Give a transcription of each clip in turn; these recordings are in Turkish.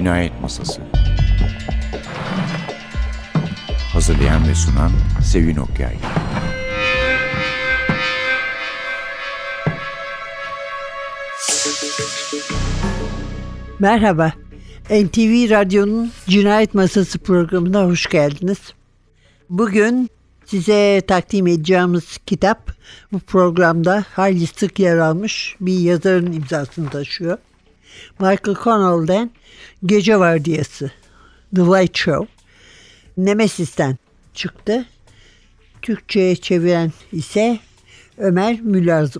Cinayet Masası. Hazırlayan ve sunan Sevin Okyay. Merhaba, NTV Radyo'nun Cinayet Masası programına hoş geldiniz. Bugün size takdim edeceğimiz kitap bu programda hayli sık yer almış bir yazarın imzasını taşıyor. Michael Connell'den Gece Vardiyası, The White Show, Nemesis'ten çıktı. Türkçe'ye çeviren ise Ömer Mülazım.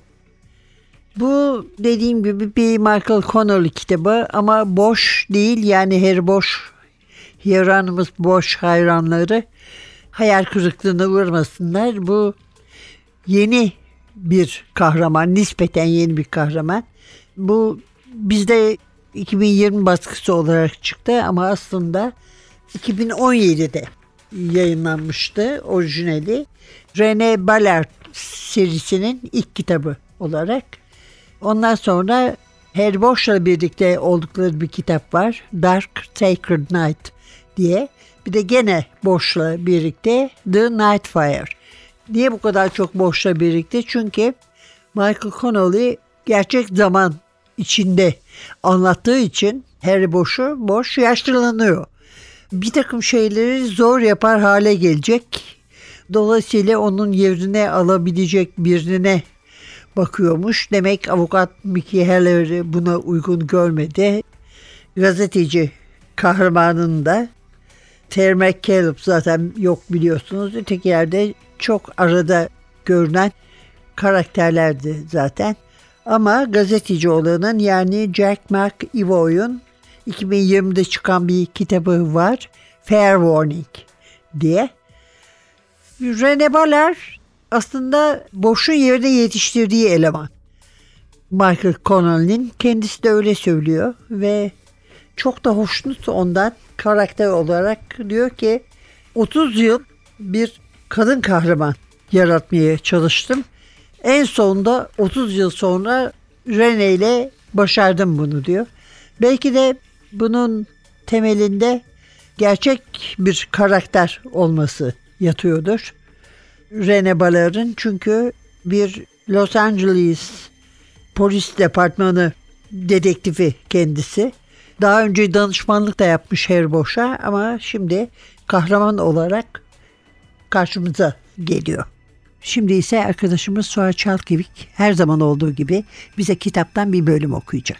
Bu dediğim gibi bir Michael Connell kitabı ama boş değil, yani Harry Bosch, Hieronymus Bosch hayranları hayal kırıklığına uğramasınlar. Bu yeni bir kahraman, nispeten yeni bir kahraman. Bu bizde 2020 baskısı olarak çıktı ama aslında 2017'de yayınlanmıştı orijinali. René Ballard serisinin ilk kitabı olarak. Ondan sonra Harry Bosch'la birlikte oldukları bir kitap var. Dark Sacred Night diye. Bir de gene Bosch'la birlikte The Night Fire. Niye bu kadar çok Bosch'la birlikte? Çünkü Michael Connelly gerçek zaman içinde anlattığı için Harry Bosch yaşlanıyor. Bir takım şeyleri zor yapar hale gelecek. Dolayısıyla onun yerine alabilecek birine bakıyormuş. Demek avukat Mickey Haller'i buna uygun görmedi. Gazeteci kahramanın da Terry McCallum zaten yok biliyorsunuz. Öteki yerde çok arada görünen karakterlerdi zaten. Ama gazeteci olanın, yani Jack McEvoy'un 2020'de çıkan bir kitabı var. Fair Warning diye. René Ballard aslında Bosch'un yerine yetiştirdiği eleman. Michael Connell'in kendisi de öyle söylüyor ve çok da hoşnut ondan karakter olarak. Diyor ki 30 yıl bir kadın kahraman yaratmaya çalıştım. En sonunda 30 yıl sonra René ile başardım bunu diyor. Belki de bunun temelinde gerçek bir karakter olması yatıyordur. René Ballard'ın, çünkü bir Los Angeles polis departmanı dedektifi kendisi. Daha önce danışmanlık da yapmış Harry Bosch'a ama şimdi kahraman olarak karşımıza geliyor. Şimdi ise arkadaşımız Suat Çalkevik her zaman olduğu gibi bize kitaptan bir bölüm okuyacak.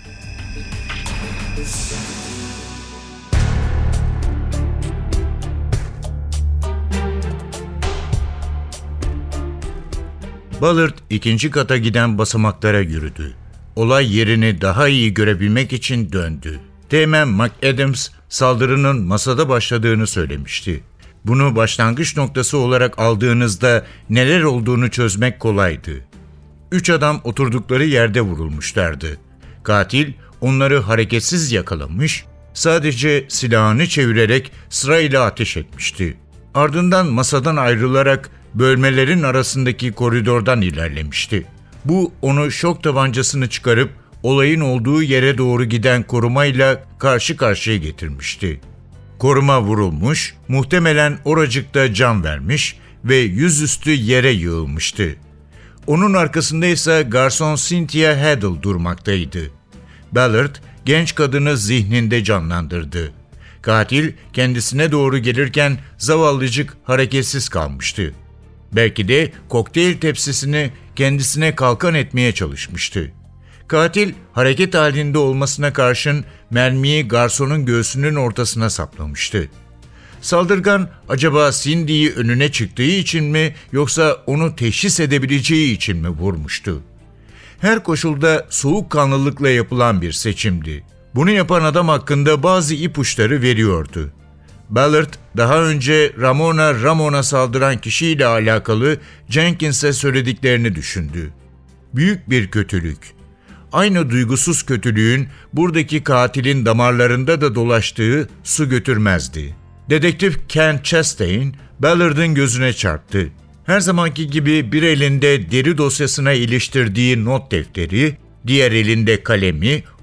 Ballard ikinci kata giden basamaklara yürüdü. Olay yerini daha iyi görebilmek için döndü. Teğmen McAdams saldırının masada başladığını söylemişti. Bunu başlangıç noktası olarak aldığınızda neler olduğunu çözmek kolaydı. 3 adam oturdukları yerde vurulmuşlardı. Katil onları hareketsiz yakalamış, sadece silahını çevirerek sırayla ateş etmişti. Ardından masadan ayrılarak bölmelerin arasındaki koridordan ilerlemişti. Bu onu şok tabancasını çıkarıp olayın olduğu yere doğru giden korumayla karşı karşıya getirmişti. Koruma vurulmuş, muhtemelen oracıkta can vermiş ve yüzüstü yere yığılmıştı. Onun arkasında ise garson Cynthia Haddle durmaktaydı. Ballard genç kadını zihninde canlandırdı. Katil kendisine doğru gelirken zavallıcık hareketsiz kalmıştı. Belki de kokteyl tepsisini kendisine kalkan etmeye çalışmıştı. Katil hareket halinde olmasına karşın mermiyi garsonun göğsünün ortasına saplamıştı. Saldırgan acaba Cindy'yi önüne çıktığı için mi yoksa onu teşhis edebileceği için mi vurmuştu? Her koşulda soğukkanlılıkla yapılan bir seçimdi. Bunu yapan adam hakkında bazı ipuçları veriyordu. Ballard daha önce Ramon'a saldıran kişiyle alakalı Jenkins'e söylediklerini düşündü. Büyük bir kötülük. Aynı duygusuz kötülüğün buradaki katilin damarlarında da dolaştığı su götürmezdi. Dedektif Ken Chastain, Ballard'ın gözüne çarptı. Her zamanki gibi bir elinde deri dosyasına iliştirdiği not defteri, diğer elinde kalemi,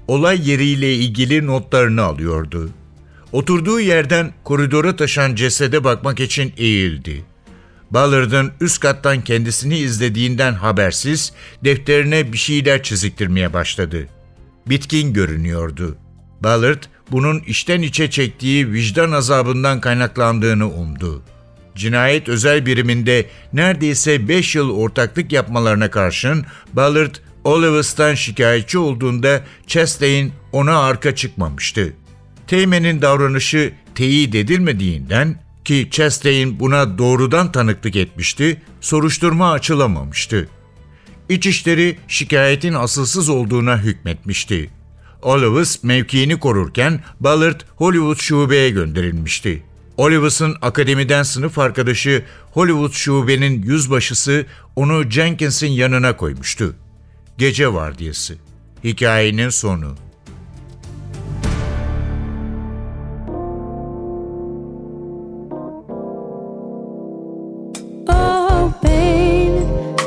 olay yeriyle ilgili notlarını alıyordu. Oturduğu yerden koridora taşan cesede bakmak için eğildi. Ballard'ın üst kattan kendisini izlediğinden habersiz defterine bir şeyler çiziktirmeye başladı. Bitkin görünüyordu. Ballard bunun içten içe çektiği vicdan azabından kaynaklandığını umdu. Cinayet özel biriminde neredeyse 5 yıl ortaklık yapmalarına karşın Ballard, Olivers'tan şikayetçi olduğunda Chastain ona arka çıkmamıştı. Teğmenin davranışı teyit edilmediğinden ki Chastain buna doğrudan tanıklık etmişti, soruşturma açılamamıştı. İçişleri şikayetin asılsız olduğuna hükmetmişti. Olivers mevkiini korurken Ballard Hollywood şubeye gönderilmişti. Olivers'ın akademiden sınıf arkadaşı Hollywood şubenin yüzbaşısı onu Jenkins'in yanına koymuştu. Gece vardiyası. Hikayenin sonu. Oh, babe,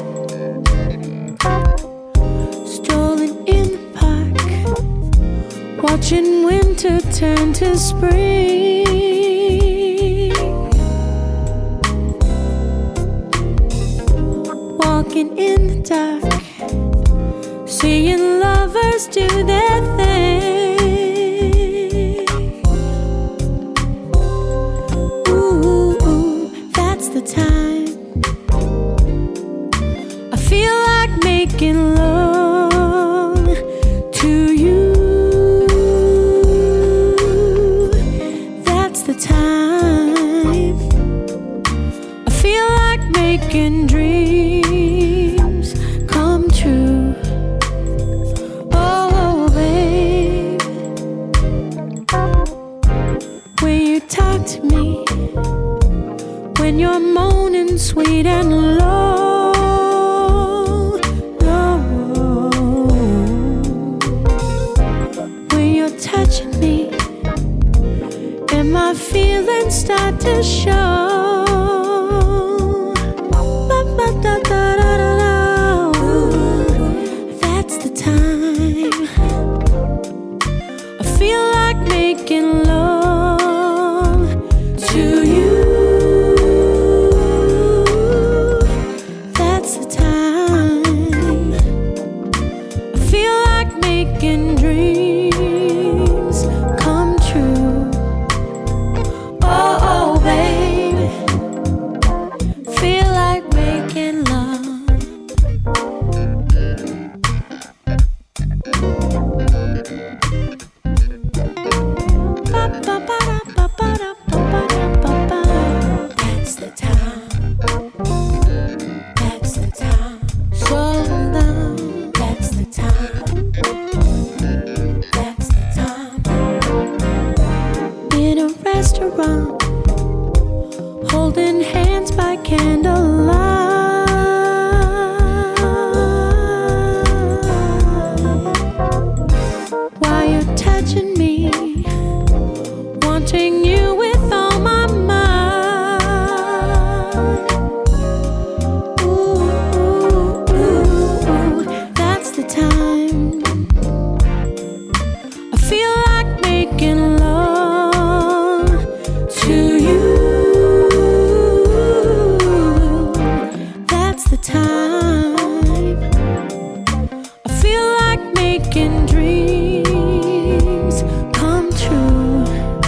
strolling in the park, watching winter turn to spring. Walking in the dark, seeing lovers do their thing. Ooh, that's the time I feel like making love to you. That's the time I feel like making dreams come true. Oh, babe, when you talk to me, when you're moaning sweet and low, low, when you're touching me and my feelings start to show. That's the time I feel like making love to you. That's the time I feel like making dreams come true. Oh, baby, feel like making love. That's the time. That's the time. Slow down. That's the time. That's the time. In a restaurant, holding hands by candlelight, while you're touching me, wanting you with all my mind. Ooh, ooh, ooh, that's the time I feel like making love to you. That's the time I feel like making dreams come true.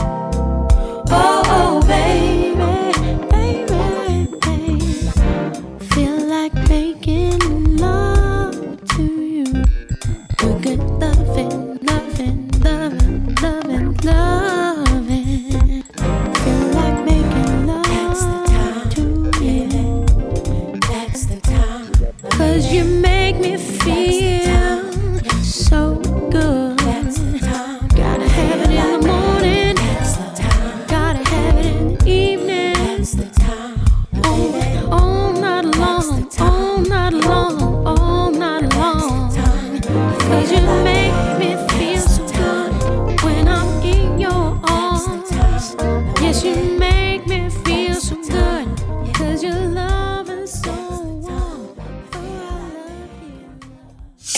Oh, baby, baby, baby, feel like making love to you. Good loving, loving, loving, loving, loving. Feel like making love. That's the time to you. That's the time. 'Cause you make me feel so good. That's the time. Gotta have it in the morning. That's the time. Gotta have it in the evening. That's the time. All night long, all night long, all night long. 'Cause you make me feel so good when I'm in your arms. Yes, you make me feel so good 'cause your love is so warm. Oh, I love you.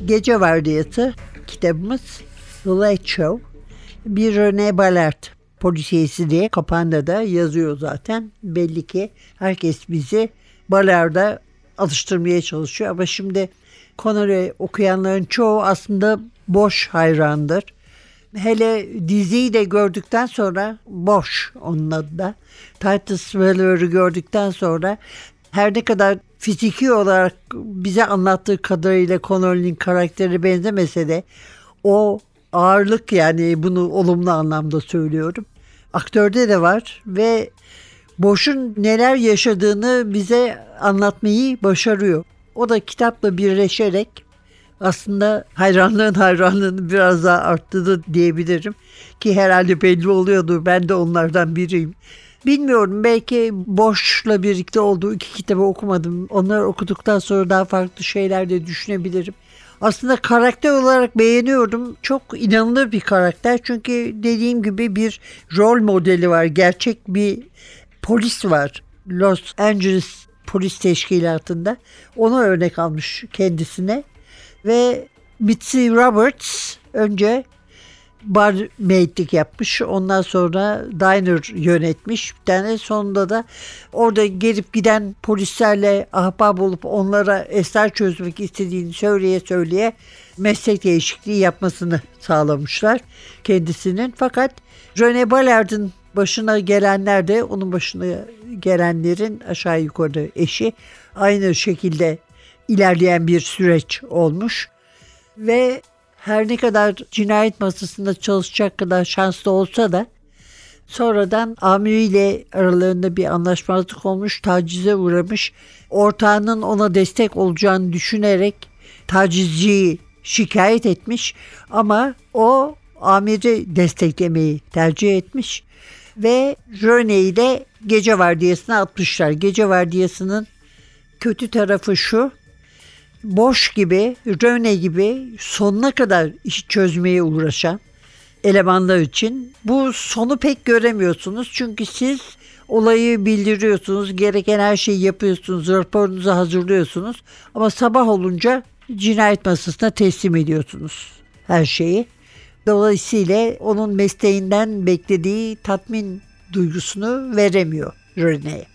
Gece Vardiyası kitabımız The Late Show. Bir Rene Ballard polisiyesi diye kapağında da yazıyor zaten. Belli ki herkes bizi Ballard'a alıştırmaya çalışıyor. Ama şimdi Connery okuyanların çoğu aslında boş hayrandır. Hele diziyi de gördükten sonra boş onun adı da. Titus Welliver'ı gördükten sonra her ne kadar fiziki olarak bize anlattığı kadarıyla Connery'nin karakteri benzemese de o ağırlık, yani bunu olumlu anlamda söylüyorum, aktörde de var ve Boş'un neler yaşadığını bize anlatmayı başarıyor. O da kitapla birleşerek aslında hayranlığını biraz daha arttırdı diyebilirim. Ki herhalde belli oluyordur, ben de onlardan biriyim. Bilmiyorum, belki Boş'la birlikte olduğu 2 kitabı okumadım. Onları okuduktan sonra daha farklı şeyler de düşünebilirim. Aslında karakter olarak beğeniyorum. Çok inanılır bir karakter. Çünkü dediğim gibi bir rol modeli var. Gerçek bir polis var Los Angeles Polis Teşkilatı'nda. Onu örnek almış kendisine. Ve Mitzi Roberts önce barmaidlik yapmış. Ondan sonra diner yönetmiş. Bir tane sonunda da orada gelip giden polislerle ahbap olup onlara esrar çözmek istediğini söyleye meslek değişikliği yapmasını sağlamışlar kendisinin. Fakat Rene Ballard'ın başına gelenler de onun başına gelenlerin aşağı yukarı eşi. Aynı şekilde ilerleyen bir süreç olmuş ve her ne kadar cinayet masasında çalışacak kadar şanslı olsa da sonradan amiriyle aralarında bir anlaşmazlık olmuş, tacize uğramış. Ortağının ona destek olacağını düşünerek tacizciyi şikayet etmiş ama o amiri desteklemeyi tercih etmiş ve Rene'yi de gece vardiyasına atmışlar. Gece vardiyasının kötü tarafı şu: Boş gibi, Rene gibi sonuna kadar iş çözmeye uğraşan elemanlar için bu sonu pek göremiyorsunuz. Çünkü siz olayı bildiriyorsunuz, gereken her şeyi yapıyorsunuz, raporunuzu hazırlıyorsunuz. Ama sabah olunca cinayet masasına teslim ediyorsunuz her şeyi. Dolayısıyla onun mesleğinden beklediği tatmin duygusunu veremiyor Rene'ye.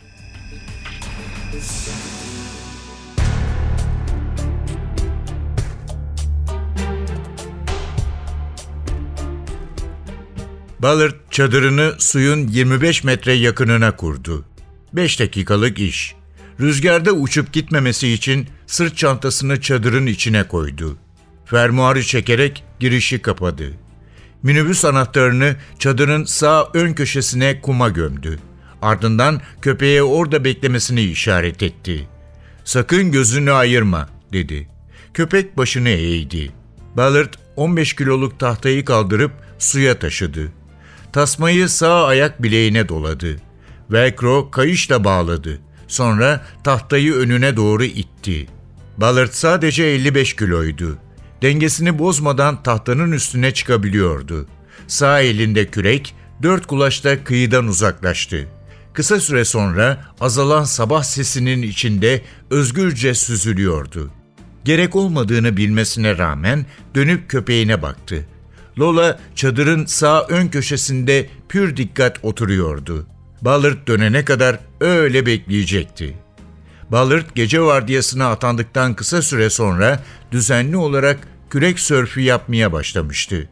Ballard çadırını suyun 25 metre yakınına kurdu. 5 dakikalık iş. Rüzgarda uçup gitmemesi için sırt çantasını çadırın içine koydu. Fermuarı çekerek girişi kapadı. Minibüs anahtarını çadırın sağ ön köşesine kuma gömdü. Ardından köpeğe orada beklemesini işaret etti. "Sakın gözünü ayırma," dedi. Köpek başını eğdi. Ballard 15 kiloluk tahtayı kaldırıp suya taşıdı. Tasmayı sağ ayak bileğine doladı. Velcro kayışla bağladı. Sonra tahtayı önüne doğru itti. Ballard sadece 55 kiloydu. Dengesini bozmadan tahtanın üstüne çıkabiliyordu. Sağ elinde kürek, 4 kulaçta kıyıdan uzaklaştı. Kısa süre sonra azalan sabah sesinin içinde özgürce süzülüyordu. Gerek olmadığını bilmesine rağmen dönüp köpeğine baktı. Lola çadırın sağ ön köşesinde pür dikkat oturuyordu. Ballard dönene kadar öyle bekleyecekti. Ballard gece vardiyasına atandıktan kısa süre sonra düzenli olarak kürek sörfü yapmaya başlamıştı.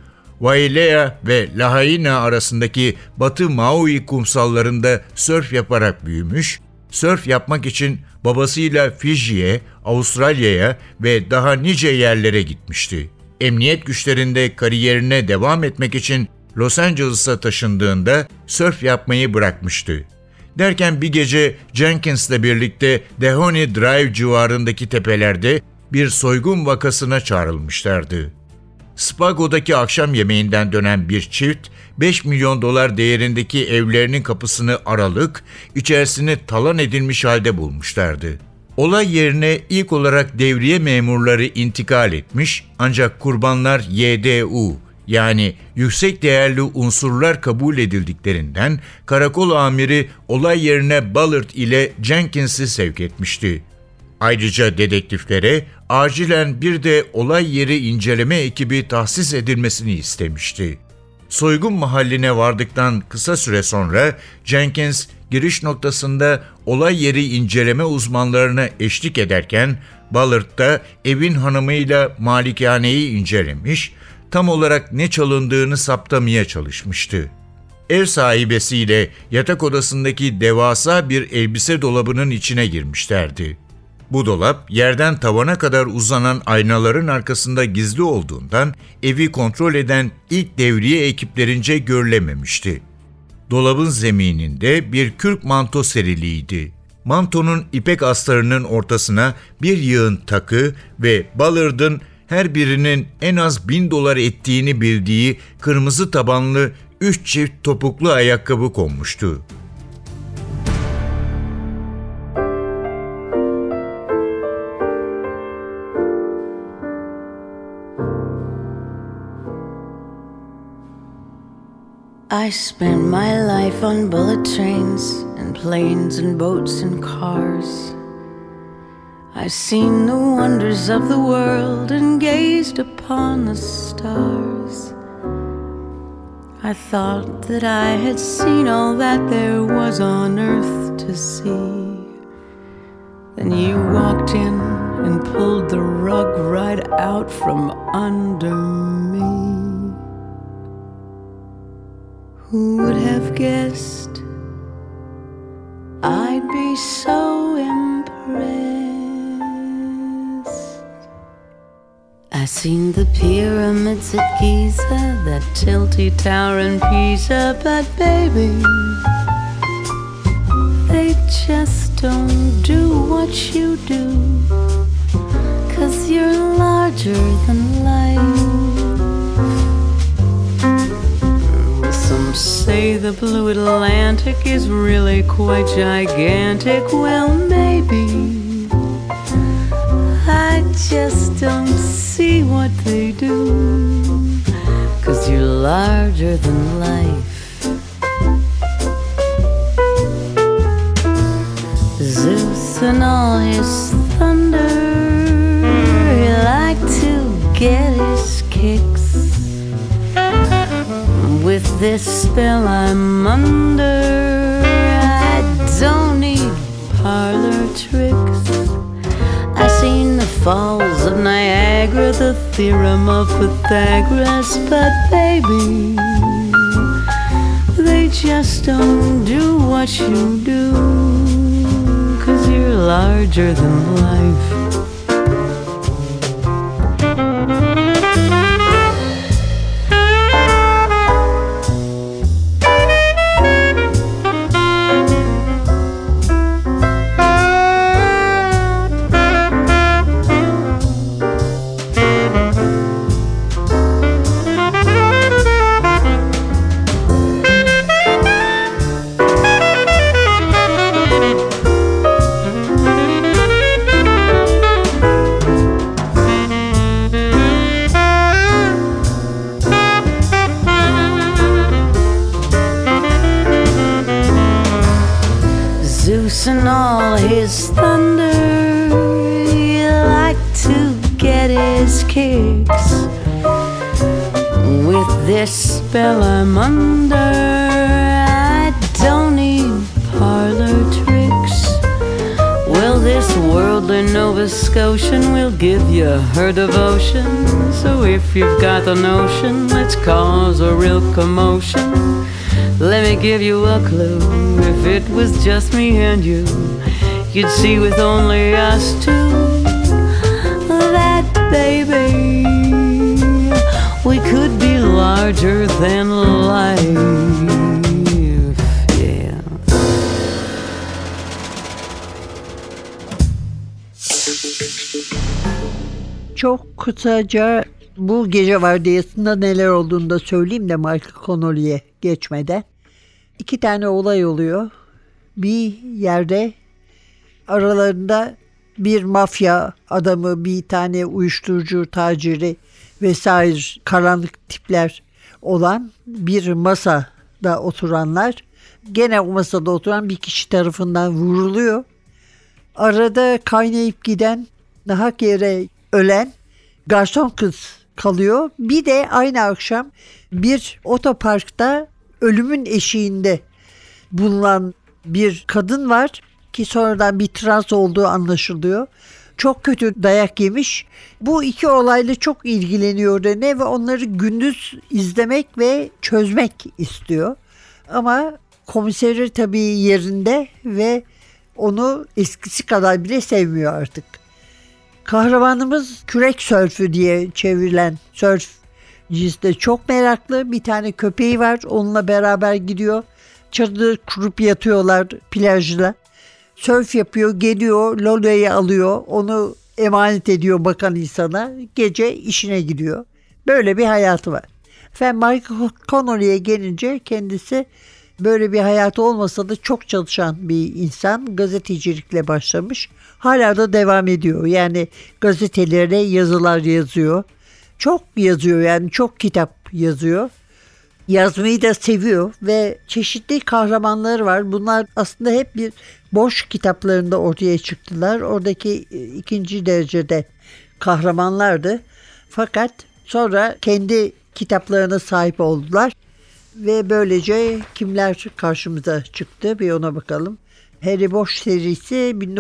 Wailea ve Lahaina arasındaki Batı Maui kumsallarında sörf yaparak büyümüş, sörf yapmak için babasıyla Fiji'ye, Avustralya'ya ve daha nice yerlere gitmişti. Emniyet güçlerinde kariyerine devam etmek için Los Angeles'a taşındığında sörf yapmayı bırakmıştı. Derken bir gece Jenkins'le birlikte Dehoney Drive civarındaki tepelerde bir soygun vakasına çağrılmışlardı. Spago'daki akşam yemeğinden dönen bir çift, $5 milyon değerindeki evlerinin kapısını aralık, içerisini talan edilmiş halde bulmuşlardı. Olay yerine ilk olarak devriye memurları intikal etmiş, ancak kurbanlar YDU yani yüksek değerli unsurlar kabul edildiklerinden karakol amiri olay yerine Ballard ile Jenkins'i sevk etmişti. Ayrıca dedektiflere acilen bir de olay yeri inceleme ekibi tahsis edilmesini istemişti. Soygun mahalline vardıktan kısa süre sonra Jenkins giriş noktasında olay yeri inceleme uzmanlarına eşlik ederken Ballard da evin hanımıyla malikaneyi incelemiş, tam olarak ne çalındığını saptamaya çalışmıştı. Ev sahibesiyle yatak odasındaki devasa bir elbise dolabının içine girmişlerdi. Bu dolap yerden tavana kadar uzanan aynaların arkasında gizli olduğundan evi kontrol eden ilk devriye ekiplerince görülememişti. Dolabın zemininde bir kürk manto seriliydi. Mantonun ipek astarının ortasına bir yığın takı ve Ballard'ın her birinin en az $1000 ettiğini bildiği kırmızı tabanlı 3 çift topuklu ayakkabı konmuştu. I spent my life on bullet trains and planes and boats and cars. I've seen the wonders of the world and gazed upon the stars. I thought that I had seen all that there was on earth to see. Then you walked in and pulled the rug right out from under me. Who would have guessed I'd be so impressed? I seen the pyramids at Giza, that tilty tower in Pisa, but baby, they just don't do what you do, 'cause you're larger than life. Some say the blue Atlantic is really quite gigantic. Well, maybe I just don't see what they do, 'cause you're larger than life. Zeus and all his thunder, he liked to get his kicks. With this spell I'm under, I don't need parlor tricks. I seen the falls of Niagara, the theorem of Pythagoras, but baby, they just don't do what you do, 'cause you're larger than life. Zeus and all his thunder, he liked to get his kicks. With this spell I'm under, I don't need parlor tricks. Well, this worldly Nova Scotian will give you her devotion. So if you've got the notion, let's cause a real commotion. Let me give you a clue. If it was just me and you, you'd see with only us two that, baby, we could be larger than life. Yeah. Çok kısaca bu gece vardiyasında neler olduğunu da söyleyeyim de Michael Connolly'e geçmeden. 2 tane olay oluyor. Bir yerde aralarında bir mafya adamı, bir tane uyuşturucu taciri vesaire karanlık tipler olan bir masada oturanlar, gene o masada oturan bir kişi tarafından vuruluyor. Arada kaynayıp giden, nahak yere ölen garson kız kalıyor. Bir de aynı akşam bir otoparkta ölümün eşiğinde bulunan bir kadın var ki sonradan bir trans olduğu anlaşılıyor. Çok kötü dayak yemiş. Bu iki olayla çok ilgileniyor Rene ve onları gündüz izlemek ve çözmek istiyor. Ama komiseri tabii yerinde ve onu eskisi kadar bile sevmiyor artık. Kahramanımız kürek sörfü diye çevrilen sörf cinsinde çok meraklı. Bir tane köpeği var, onunla beraber gidiyor. Çadır kurup yatıyorlar plajda. Sörf yapıyor, geliyor, Lolo'yu alıyor, onu emanet ediyor bakan insana. Gece işine gidiyor. Böyle bir hayatı var. Michael Connolly'e gelince kendisi böyle bir hayatı olmasa da çok çalışan bir insan. Gazetecilikle başlamış. Hala da devam ediyor. Yani gazetelere yazılar yazıyor. Çok yazıyor, yani çok kitap yazıyor. Yazmayı da seviyor ve çeşitli kahramanları var. Bunlar aslında hep bir boş kitaplarında ortaya çıktılar. Oradaki ikinci derecede kahramanlardı. Fakat sonra kendi kitaplarına sahip oldular. Ve böylece kimler karşımıza çıktı bir ona bakalım. Harry Bosch serisi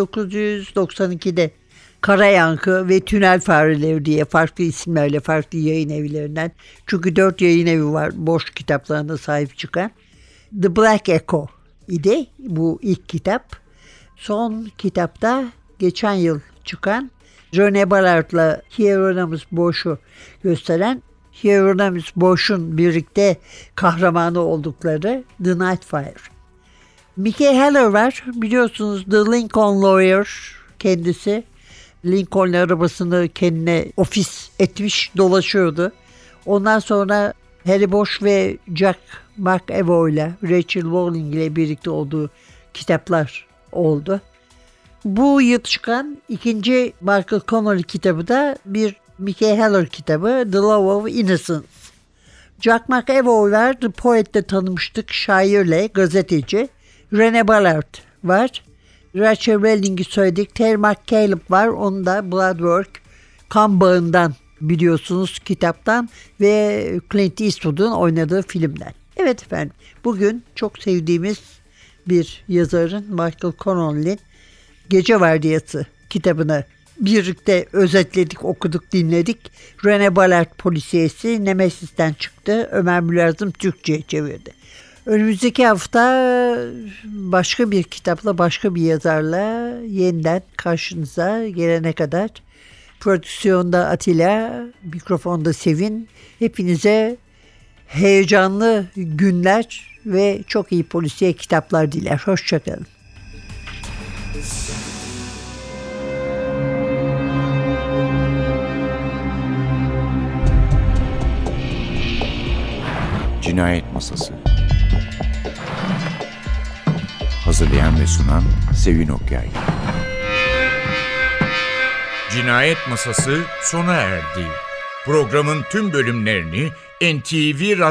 1992'de Kara Yankı ve Tünel Fareleri diye farklı isimlerle farklı yayın evlerinden. Çünkü 4 yayın evi var Bosch kitaplarına sahip çıkan. The Black Echo idi bu ilk kitap. Son kitapta geçen yıl çıkan René Ballard'la Hieronymus Bosch'u gösteren Hieronymus Bosch'un birlikte kahramanı oldukları The Nightfire. Mickey Haller var. Biliyorsunuz The Lincoln Lawyer kendisi. Lincoln arabasını kendine ofis etmiş dolaşıyordu. Ondan sonra Harry Bosch ve Jack McAvoy ile Rachel Walling ile birlikte olduğu kitaplar oldu. Bu yıl çıkan ikinci Michael Connolly kitabı da bir Mickey Haller kitabı The Law of Innocence. Jack McAvoy var. The Poet'te tanımıştık. Şairle, gazeteci. René Ballard var. Rachel Welling'i söyledik. Terry McCaleb var. Onu da Bloodwork, Kan Bağı'ndan biliyorsunuz kitaptan ve Clint Eastwood'un oynadığı filmden. Evet efendim, bugün çok sevdiğimiz bir yazarın Michael Connolly'nin Gece Vardiyası kitabını birlikte özetledik, okuduk, dinledik. René Ballard polisiyesi Nemesis'ten çıktı. Ömer Mülazım Türkçe'ye çevirdi. Önümüzdeki hafta başka bir kitapla, başka bir yazarla yeniden karşınıza gelene kadar prodüksiyonda Atilla, mikrofonda Sevin. Hepinize heyecanlı günler ve çok iyi polisiye kitaplar diler. Hoşçakalın. Cinayet Masası. Hazırlayan ve sunan Sevin Okyay. Cinayet Masası sona erdi. Programın tüm bölümlerini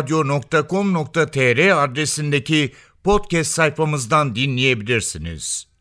ntvradio.com.tr adresindeki podcast sayfamızdan dinleyebilirsiniz.